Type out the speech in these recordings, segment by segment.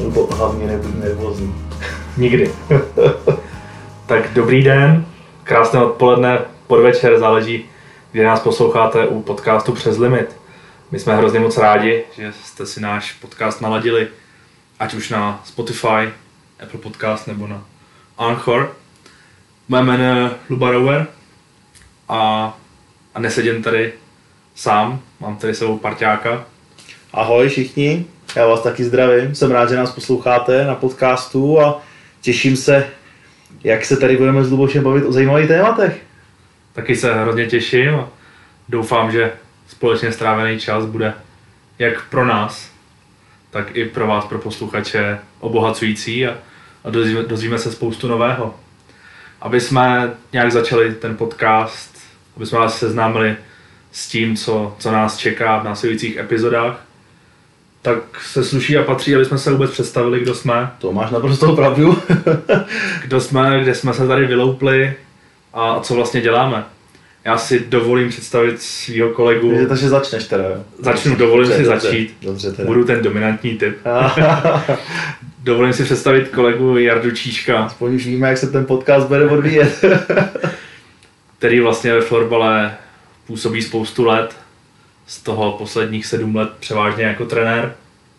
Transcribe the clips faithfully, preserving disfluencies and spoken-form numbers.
Nebo hlavně nebuď nervózní. Nikdy. Tak dobrý den, krásné odpoledne, podvečer, záleží, kdy nás posloucháte u podcastu Přes limit. My jsme hrozně moc rádi, že jste si náš podcast naladili, ať už na Spotify, Apple Podcast nebo na Anchor. Moje jméno je Luba Rouer a, a nesedím tady sám, mám tady sebou parťáka. Ahoj všichni, já vás taky zdravím, jsem rád, že nás posloucháte na podcastu a těším se, jak se tady budeme s Lubošem bavit o zajímavých tématech. Taky se hrozně těším a doufám, že společně strávený čas bude jak pro nás, tak i pro vás, pro posluchače, obohacující a, a dozvíme, dozvíme se spoustu nového. Aby jsme nějak začali ten podcast, aby jsme vás seznámili s tím, co, co nás čeká v následujících epizodách, tak se sluší a patří, aby jsme se vůbec představili, kdo jsme. To máš naprosto pravdu. Kdo jsme, kde jsme se tady vyloupli a co vlastně děláme. Já si dovolím představit svého kolegu. Takže, takže začneš teda, jo? Začnu, dovolím dobře, si dobře, začít. Dobře teda. Budu ten dominantní typ. Dovolím si představit kolegu Jardu Číška. Aspoň už víme, jak se ten podcast bude odvíjet. Který vlastně ve florbale působí spoustu let. Z toho posledních sedm let převážně jako trenér.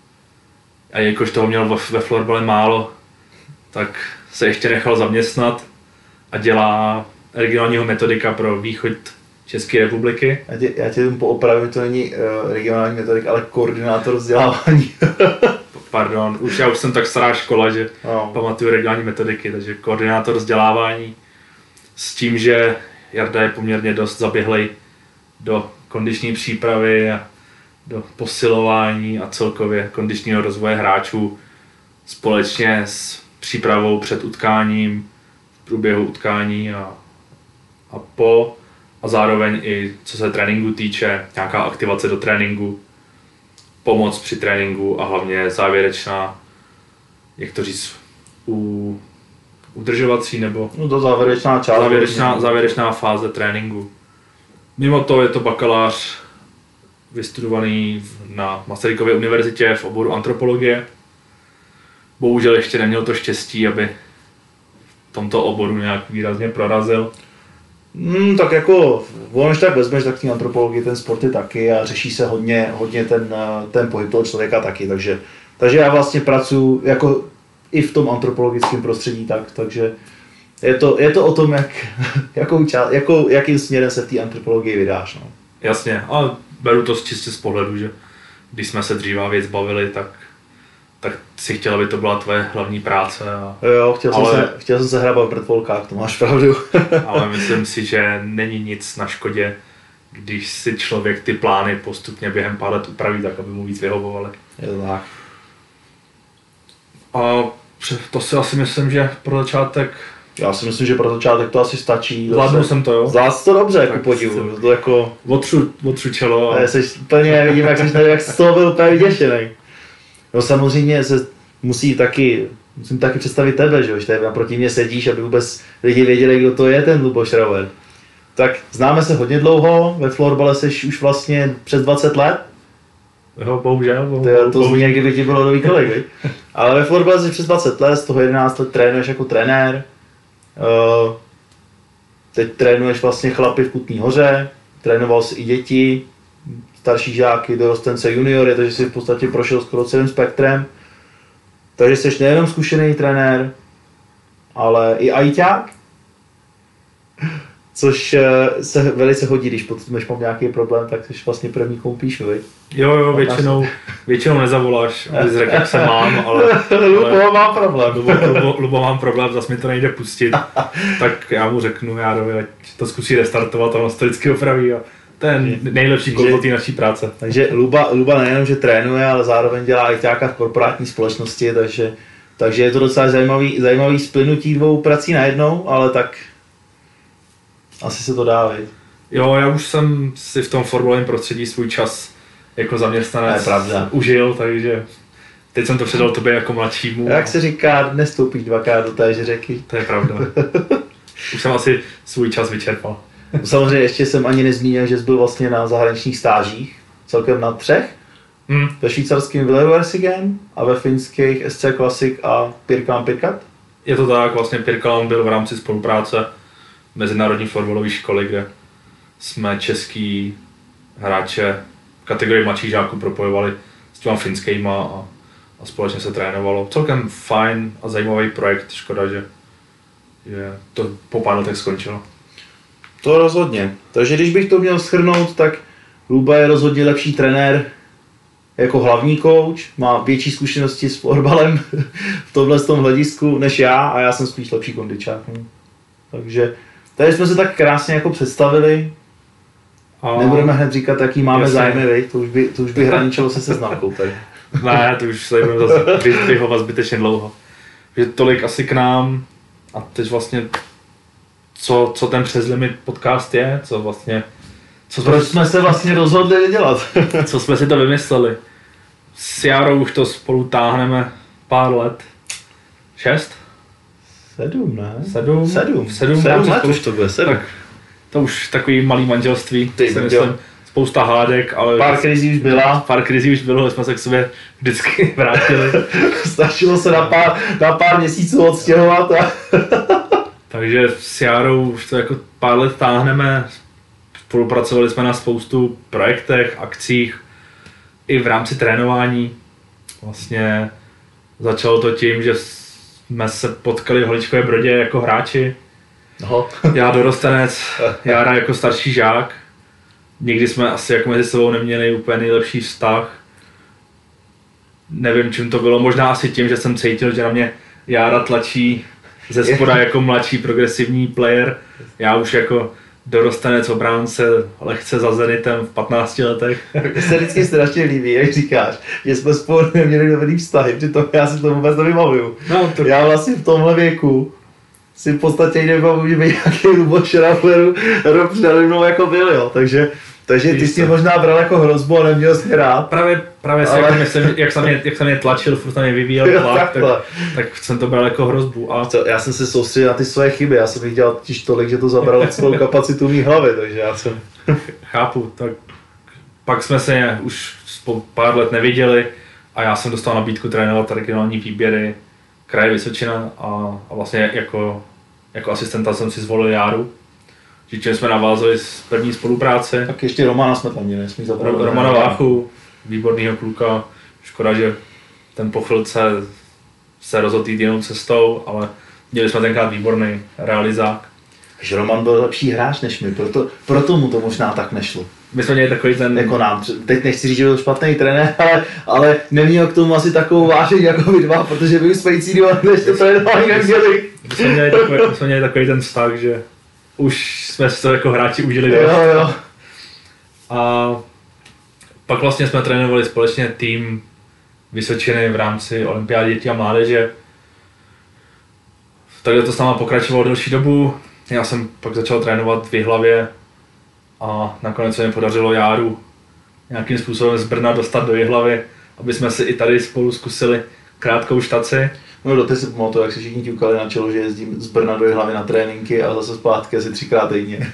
A jakož toho měl ve florbale málo, tak se ještě nechal zaměstnat a dělá regionálního metodika pro východ České republiky. Já tě, já tě tomu poopravím, to není uh, regionální metodik, ale koordinátor vzdělávání. Pardon, už já už jsem tak stará škola, že no. Pamatuju regionální metodiky, takže koordinátor vzdělávání s tím, že Jarda je poměrně dost zaběhlej do kondiční přípravy a do posilování a celkově kondičního rozvoje hráčů společně s přípravou před utkáním, v průběhu utkání a, a po a zároveň i co se tréninku týče, nějaká aktivace do tréninku, pomoc při tréninku a hlavně závěrečná, jak to říct, u, udržovací nebo no to závěrečná část. Závěrečná, závěrečná fáze tréninku. Mimo to je to bakalář vystudovaný na Masarykově univerzitě v oboru antropologie. Bohužel ještě neměl to štěstí, aby v tomto oboru nějak výrazně prorazil. Hmm, tak jako, ono, když tak vezmeš, tak v té antropologii ten sport je taky a řeší se hodně, hodně ten, ten pohyb toho člověka taky, takže, takže já vlastně pracuji jako i v tom antropologickém prostředí, tak, takže je to, je to o tom, jak, jakou čas, jakou, jakým směrem se v té antropologii vydáš. No. Jasně, ale beru to čistě z pohledu, že když jsme se dříve věc bavili, tak, tak si chtěl, aby to byla tvoje hlavní práce. A, jo, chtěl, ale, jsem se, chtěl jsem se hrabat v vrtvolkách, to máš pravdu. Ale myslím si, že není nic na škodě, když si člověk ty plány postupně během pár let upraví tak, aby mu víc vyhovovaly. Je to tak. A to si asi myslím, že pro začátek... Já si myslím, že pro začátek to asi stačí. Zvládnu jsem to, jo? Zvládl to dobře, jako podivu. To jako... Otřu, otřu čelo. A... Jsi úplně, vidím, jak jsi jak z toho byl úplně vyděšený. No samozřejmě se musí taky, musím taky představit tebe, že, že tady naproti mě sedíš, aby vůbec lidi věděli, kdo to je ten Luboš Rouer. Tak známe se hodně dlouho, ve florbale jsi už vlastně přes dvacet let. Jo, bohužel. bohužel. To, to zní, jak kdyby ti bylo nový kolik, viď? Ale ve florbale jsi přes dvacet let, z toho jedenáct let trénuješ jako trenér. Uh, teď trénuješ vlastně chlapy v Kutný Hoře, trénoval jsi i děti, starší žáky, dorostence, juniory, takže jsi v podstatě prošel skoro celým spektrem. Takže jsi nejenom zkušený trenér, ale i ajťák, což se velice hodí, když potom mám nějaký problém, tak jsi vlastně první komu píšu, viď? Jo, jo, většinou, většinou nezavoláš, abys řekl, jak se mám, ale... Lubo, mám problém. Lubo, Lubo, Lubo, mám problém, zase mi to nejde pustit, tak já mu řeknu, Járovi, ať to zkusí restartovat a ono to vždycky opraví. A to je nejlepší kouzlo té naší práce. Takže Luba, Luba nejenom, že trénuje, ale zároveň dělá ajťáka v korporátní společnosti, takže, takže je to docela zajímavý, zajímavý splynutí dvou prací najednou, ale tak asi se to dá, viď? Jo, já už jsem si v tom formulovém prostředí svůj čas jako zaměstnanec užil, takže teď jsem to předal tobě jako mladšímu. Jak se říká, dnes stoupíš dvakrát do téže řeky. To je pravda. Už jsem asi svůj čas vyčerpal. Samozřejmě ještě jsem ani nezmínil, že jsi byl vlastně na zahraničních stážích, celkem na třech. Hmm. Ve švýcarském Villeursigen a ve finských S C Classic a Pirkan Pirkat? Je to tak, vlastně Pirkan byl v rámci spolupráce mezinárodní fotbalové školy, kde jsme český hráče v kategorii mladších žáků propojovali s těma finskýma a, a společně se trénovalo. Celkem fajn a zajímavý projekt, škoda, že, že to po pár letech skončilo. To rozhodně. Takže když bych to měl shrnout, tak Luba je rozhodně lepší trenér jako hlavní coach, má větší zkušenosti s fotbalem v tomhle tom hledisku než já a já jsem spíš lepší kondičák. Takže tady jsme se tak krásně jako představili. A... Nebudeme hned říkat, jaký máme jasně. zájmy, to už by, to už by hraničilo se seznamkou tady. Ne, to už se budeme zase vyhovat zbytečně dlouho. Že tolik asi k nám a teď vlastně co, co ten Přes limit podcast je, co vlastně... Co Proč jsme se vlastně rozhodli dělat? Co jsme si to vymysleli. S Járou už to spolu táhneme pár let. Šest? Sedm, ne? Sedm? Sedm. Sedm, sedm let už to bude, sedm. Tak, to už takový malý manželství. Ty, si myslím, spousta hádek, ale... Pár krizí už byla. Pár krizí už bylo, jsme se k sobě vždycky vrátili. Stačilo se na pár, na pár měsíců odstěhovat a... Takže s Járou už to jako pár let táhneme. Spolupracovali jsme na spoustu projektech, akcích, i v rámci trénování. Vlastně začalo to tím, že jsme se potkali v Holičkové Brodě jako hráči. No. Já dorostenec, Jára jako starší žák. Nikdy jsme asi jako mezi sebou neměli úplně nejlepší vztah. Nevím, čím to bylo, možná asi tím, že jsem cítil, že na mě Jára tlačí ze spoda jako mladší progresivní player. Já už jako dorostenec obránce lehce za Zenitem v patnácti letech. Mně se vždycky strašně líbí, jak říkáš, že jsme spolu neměli dobrý vztahy, přitom já si to vůbec nevybavuju. No, to... Já vlastně v tomhle věku si v podstatě nevybavuju, že by nějaký Luboš Šrafleru rok přede mnou jako byl, jo, takže Takže ty jsi mě možná bral jako hrozbu a neměl jsi rád. Právě, právě ale... jak, myslím, jak, jsem mě, jak jsem mě tlačil, furt jsem mě vyvíjel tlak, tak, tak jsem to bral jako hrozbu. A... Co, já jsem se soustředil na ty své chyby, já jsem jich dělal totiž tolik, že to zabralo celou kapacitu mý hlavy, takže já jsem... Chápu, tak pak jsme se už pár let neviděli a já jsem dostal nabídku trénovat regionální výběry kraje Vysočina a, a vlastně jako, jako asistenta jsem si zvolil Járu. Čím jsme navázali z první spolupráce. Tak ještě Romana jsme tam měli, nesmí zapomenout. Romana Váchu, výbornýho kluka. Škoda, že ten po chvilce se rozhodl jít jinou cestou, ale měli jsme tenkrát výborný realizák. Že Roman byl lepší hráč než my, proto, proto mu to možná tak nešlo. My jsme měli takový ten... Jako nám, teď nechci říct, že byl špatný trenér, ale, ale neměl k tomu asi takovou vášeň jako vy dva, protože vy jsme cídili, než to trénovali neměli. My jsme měli takový, my jsme měli takový ten vztah, že už jsme si to jako hráči užili. Jo, jo. A pak vlastně jsme trénovali společně tým Vysočiny v rámci olympiády dětí a mládeže. Takže to s náma pokračovalo delší dobu. Já jsem pak začal trénovat v Jihlavě a nakonec se mi podařilo Járu nějakým způsobem z Brna dostat do Jihlavy, aby jsme si i tady spolu zkusili krátkou štaci. No do té si pamatuju, jak se všichni ťukali na čelo, že jezdím z Brna do Jihlavy na tréninky a zase zpátky asi třikrát týdně.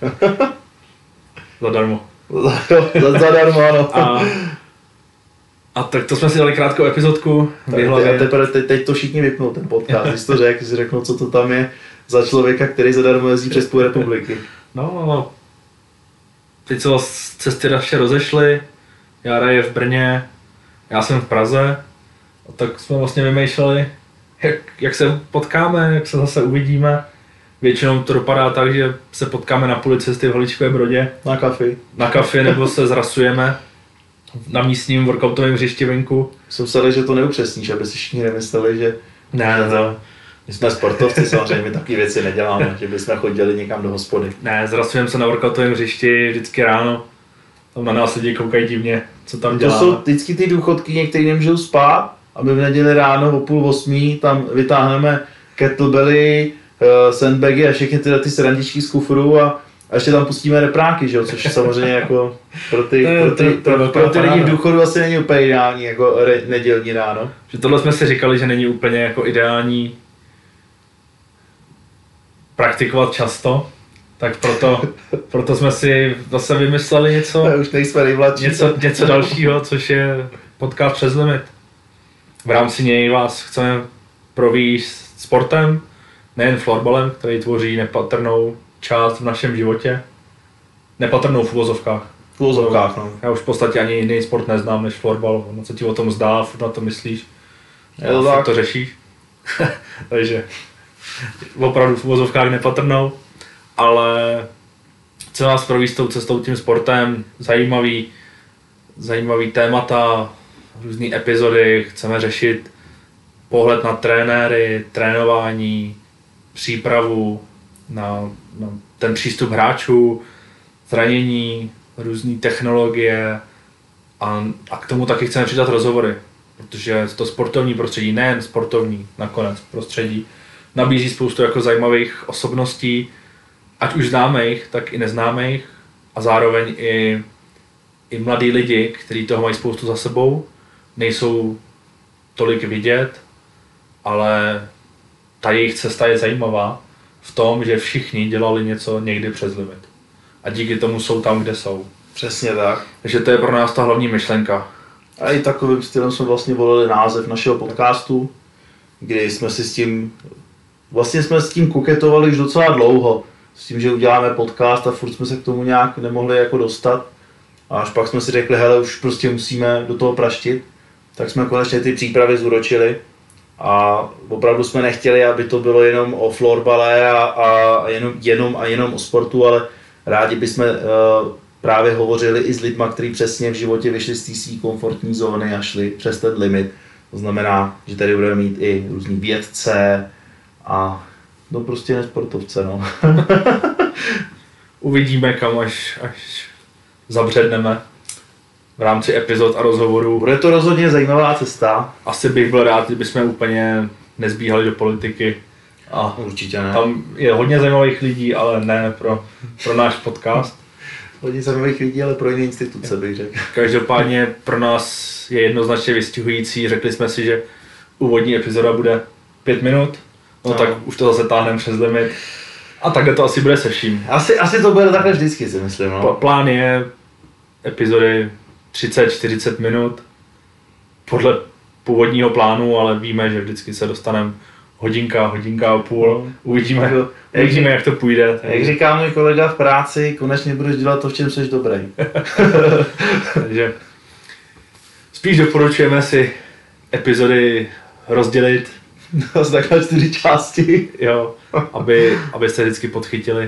Zadarmo. Zadarmo, ano. A, a tak to jsme si dali krátkou epizodku v Jihlavě. A teprve teď, teď to všichni vypnou ten podcast, když to řekl, si řeknou, co to tam je za člověka, který zadarmo jezdí přes půl republiky. No, teď se cesty ještě rozešly, Jára je v Brně, já jsem v Praze. A tak jsme vlastně vymýšleli, jak, jak se potkáme, jak se zase uvidíme. Většinou to dopadá tak, že se potkáme na půli cesty v Holičkové Brodě. Na kafi. Na kafi, nebo se zrasujeme na místním workoutovém hřišti venku. Jsem se že to neupřesníš, aby si všichni nemysleli, že... Ne, to... My jsme sportovci, samozřejmě my takové věci neděláme, že bychom chodili někam do hospody. Ne, zrasujeme se na workoutovém hřišti vždycky ráno. Tam na nás lidi koukají divně, co tam děláme. To jsou vždycky ty důchodky, některý nemůžou spát a my v neděli ráno o půl osmí tam vytáhneme kettlebelly, sandbagy a všechny tyhle ty srandičky z kufru a, a ještě tam pustíme repráky, že jo? Což samozřejmě jako pro ty, pro ty, pro, pro ty lidi v důchodu asi není úplně ideální jako re, nedělní ráno. Že tohle jsme si říkali, že není úplně jako ideální praktikovat často, Tak proto, proto jsme si zase vymysleli něco, už nejsme nejmladší. něco, něco dalšího, což je podcast Přes limit. V rámci něj vás chceme províst sportem, nejen florbalem, který tvoří nepatrnou část v našem životě. Nepatrnou v uvozovkách. V uvozovkách, no. Já už v podstatě ani jiný sport neznám než florbal, no co ti o tom zdá, furt na to myslíš. Je to tak. to řešíš. Takže opravdu v uvozovkách nepatrnou, ale chce nás províst tou cestou tím sportem, zajímavý, zajímavý témata, různé epizody, chceme řešit pohled na trenéry, trénování, přípravu, na, na ten přístup hráčů, zranění, různé technologie a, a k tomu taky chceme přidat rozhovory, protože to sportovní prostředí, nejen sportovní nakonec prostředí, nabízí spoustu jako zajímavých osobností, ať už známých, tak i neznámých a zároveň i, i mladí lidi, kteří toho mají spoustu za sebou, nejsou tolik vidět, ale ta jejich cesta je zajímavá v tom, že všichni dělali něco někdy přes limit. A díky tomu jsou tam, kde jsou. Přesně tak. Takže to je pro nás ta hlavní myšlenka. A i takovým stylem jsme vlastně volili název našeho podcastu, kdy jsme si s tím, vlastně jsme s tím koketovali už docela dlouho. S tím, že uděláme podcast a furt jsme se k tomu nějak nemohli jako dostat. A až pak jsme si řekli, hele, už prostě musíme do toho praštit. Tak jsme konečně ty přípravy zúročili. A opravdu jsme nechtěli, aby to bylo jenom o florbale a, a jenom, jenom a jenom o sportu, ale rádi bychom uh, právě hovořili i s lidmi, kteří přesně v životě vyšli z té své komfortní zóny a šli přes ten limit. To znamená, že tady budeme mít i různý vědce a no prostě nesportovce, no. Uvidíme, kam až, až zabředneme v rámci epizod a rozhovorů. Bude to rozhodně zajímavá cesta. Asi bych byl rád, kdybychom úplně nezbíhali do politiky. A určitě ne. Tam je hodně zajímavých lidí, ale ne pro, pro náš podcast. Hodně zajímavých lidí, ale pro jiné instituce bych řekl. Každopádně pro nás je jednoznačně vystihující. Řekli jsme si, že úvodní epizoda bude pět minut. No, no. Tak už to zase táhneme přes limit. A takhle to asi bude se vším. Asi, asi to bude takhle vždycky, si myslím. No. Plán je epizody třicet čtyřicet minut podle původního plánu, ale víme, že vždycky se dostaneme hodinka, hodinka a půl. Uvidíme, jak, uvidíme jak to půjde. Jak říká můj kolega v práci, konečně budeš dělat to, v čem jsi dobrý. Takže spíš doporučujeme si epizody rozdělit. Z takhle čtyři části. Jo, aby, abyste vždycky podchytili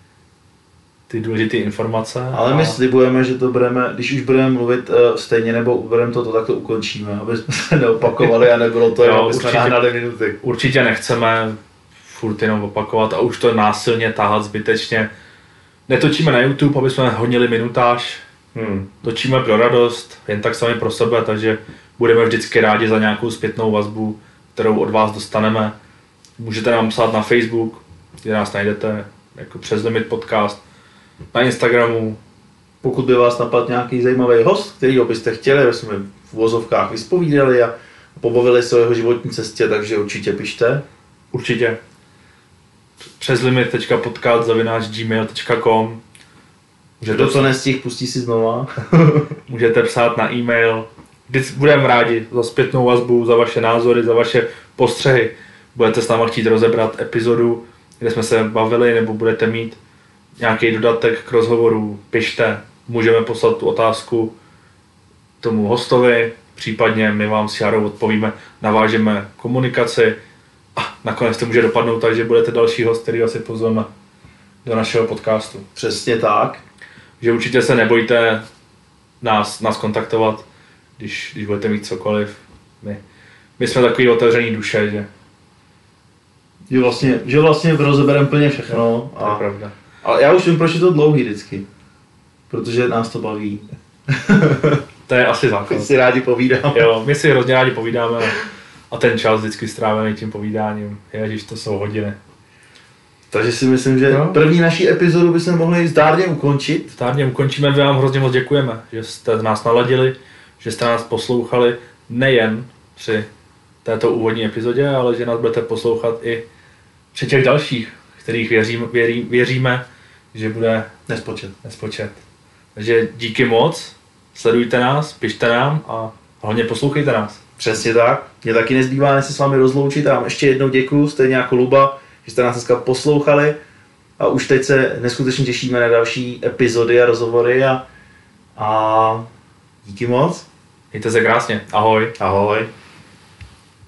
ty důležité informace. Ale my a... slibujeme, že to budeme, když už budeme mluvit uh, stejně nebo budeme to, to tak to ukončíme, aby jsme se neopakovali a nebylo to, jo, aby jsme nahnali minuty. Určitě nechceme furt jenom opakovat a už to násilně tahat zbytečně. Netočíme na YouTube, aby jsme honili minutáž. Hmm. Točíme pro radost, jen tak sami pro sebe, takže budeme vždycky rádi za nějakou zpětnou vazbu, kterou od vás dostaneme. Můžete nám psát na Facebook, kde nás najdete jako Přes limit podcast, na Instagramu. Pokud by vás napadl nějaký zajímavý host, kterýho byste chtěli, aby jsme v uvozovkách vyspovídali a pobavili se o jeho životní cestě, takže určitě pište. Určitě. Přeslimit tečka podcast zavináč gmail tečka com. Kdo to nestihl, pustí si znova. Můžete psát na e-mail. Budeme rádi za zpětnou vazbu, za vaše názory, za vaše postřehy. Budete s náma chtít rozebrat epizodu, kde jsme se bavili, nebo budete mít nějaký dodatek k rozhovoru, pište. Můžeme poslat tu otázku tomu hostovi, případně my vám s Jarou odpovíme, navážeme komunikaci a nakonec to může dopadnout tak, že budete další host, který asi pozveme do našeho podcastu. Přesně tak. Že určitě se nebojte nás, nás kontaktovat, když, když budete mít cokoliv. My, my jsme takový otevřený duše, že... Že vlastně, že vlastně rozebereme plně všechno. A, to je pravda. Ale já už vím, proč je to dlouhý vždycky. Protože nás to baví. To je asi základ. My si rádi povídáme. Jo, my si hrozně rádi povídáme a ten čas vždycky strávený tím povídáním. Ježiš, to jsou hodiny. Takže si myslím, že no. První naší epizodu bychom mohli zdárně ukončit. Zdárně ukončíme, my vám hrozně moc děkujeme, že jste nás naladili, že jste nás poslouchali nejen při této úvodní epizodě, ale že nás budete poslouchat i při těch dalších, kterých věřím, věří, věříme, že bude nespočet. nespočet. Takže díky moc, sledujte nás, pište nám a hlavně poslouchejte nás. Přesně tak. Mně taky nezbývá, než se s vámi rozloučit a vám ještě jednou děkuju, stejně jako Luba, že jste nás dneska poslouchali a už teď se neskutečně těšíme na další epizody a rozhovory a, a díky moc. Mějte se krásně. Ahoj. Ahoj.